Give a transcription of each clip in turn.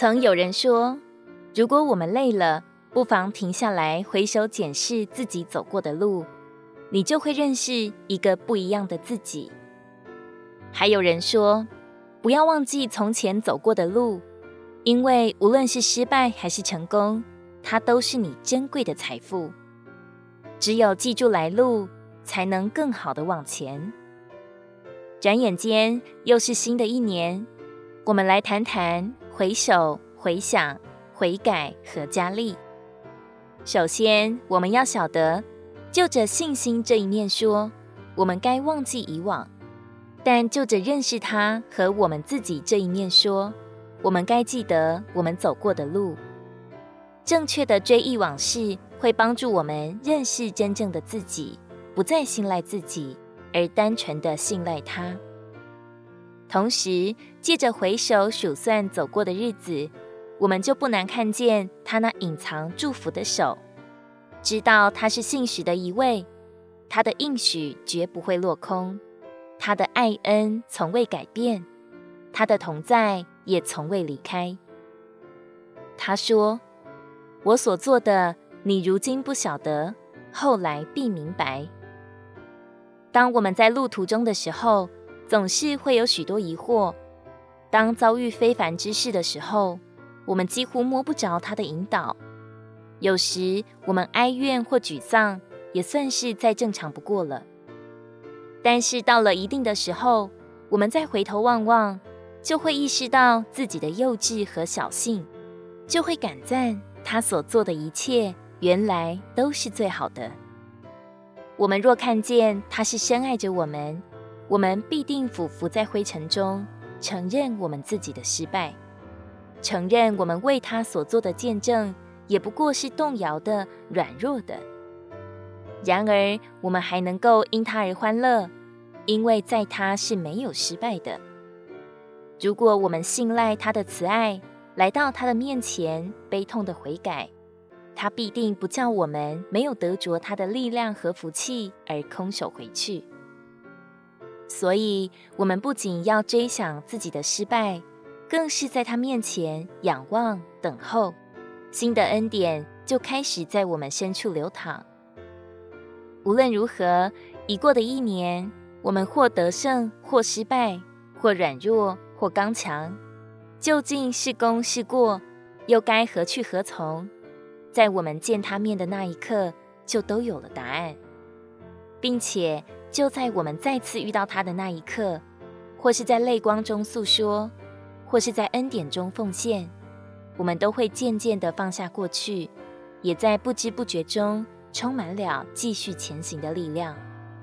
曾有人说，如果我们累了，不妨停下来回首检视自己走过的路，你就会认识一个不一样的自己。还有人说，不要忘记从前走过的路，因为无论是失败还是成功，它都是你珍贵的财富。只有记住来路，才能更好的往前。转眼间又是新的一年，我们来谈谈回首、回想、悔改和加力。首先，我们要晓得，就着信心这一面说，我们该忘记以往；但就着认识他和我们自己这一面说，我们该记得我们走过的路。正确的追忆往事，会帮助我们认识真正的自己，不再信赖自己，而单纯的信赖他。同时，借着回首数算走过的日子，我们就不难看见他那隐藏祝福的手，知道他是信实的一位，他的应许绝不会落空，他的爱恩从未改变，他的同在也从未离开。他说，我所做的，你如今不晓得，后来必明白。当我们在路途中的时候，总是会有许多疑惑。当遭遇非凡之事的时候，我们几乎摸不着他的引导。有时我们哀怨或沮丧，也算是再正常不过了。但是到了一定的时候，我们再回头望望，就会意识到自己的幼稚和小性，就会感赞他所做的一切原来都是最好的。我们若看见他是深爱着我们，我们必定俯伏在灰尘中，承认我们自己的失败，承认我们为他所做的见证也不过是动摇的、软弱的。然而我们还能够因他而欢乐，因为在他是没有失败的。如果我们信赖他的慈爱，来到他的面前悲痛的悔改，他必定不叫我们没有得着他的力量和福气而空手回去。所以我们不仅要追想自己的失败，更是在他面前仰望等候，新的恩典就开始在我们深处流淌。无论如何，已过的一年，我们或得胜或失败，或软弱或刚强，究竟是功是过，又该何去何从，在我们见他面的那一刻，就都有了答案。并且就在我们再次遇到他的那一刻，或是在泪光中诉说，或是在恩典中奉献，我们都会渐渐地放下过去，也在不知不觉中充满了继续前行的力量。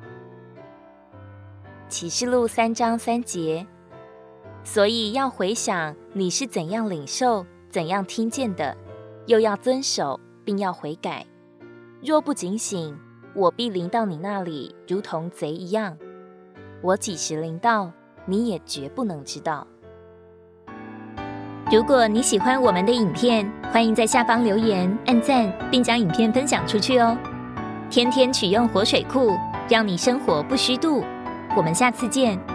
启示录3章3节，所以要回想你是怎样领受、怎样听见的，又要遵守，并要悔改。若不警醒，我必临到你那里，如同贼一样。我几时临到，你也绝不能知道。如果你喜欢我们的影片，欢迎在下方留言、按赞，并将影片分享出去哦。天天取用活水库，让你生活不虚度。我们下次见。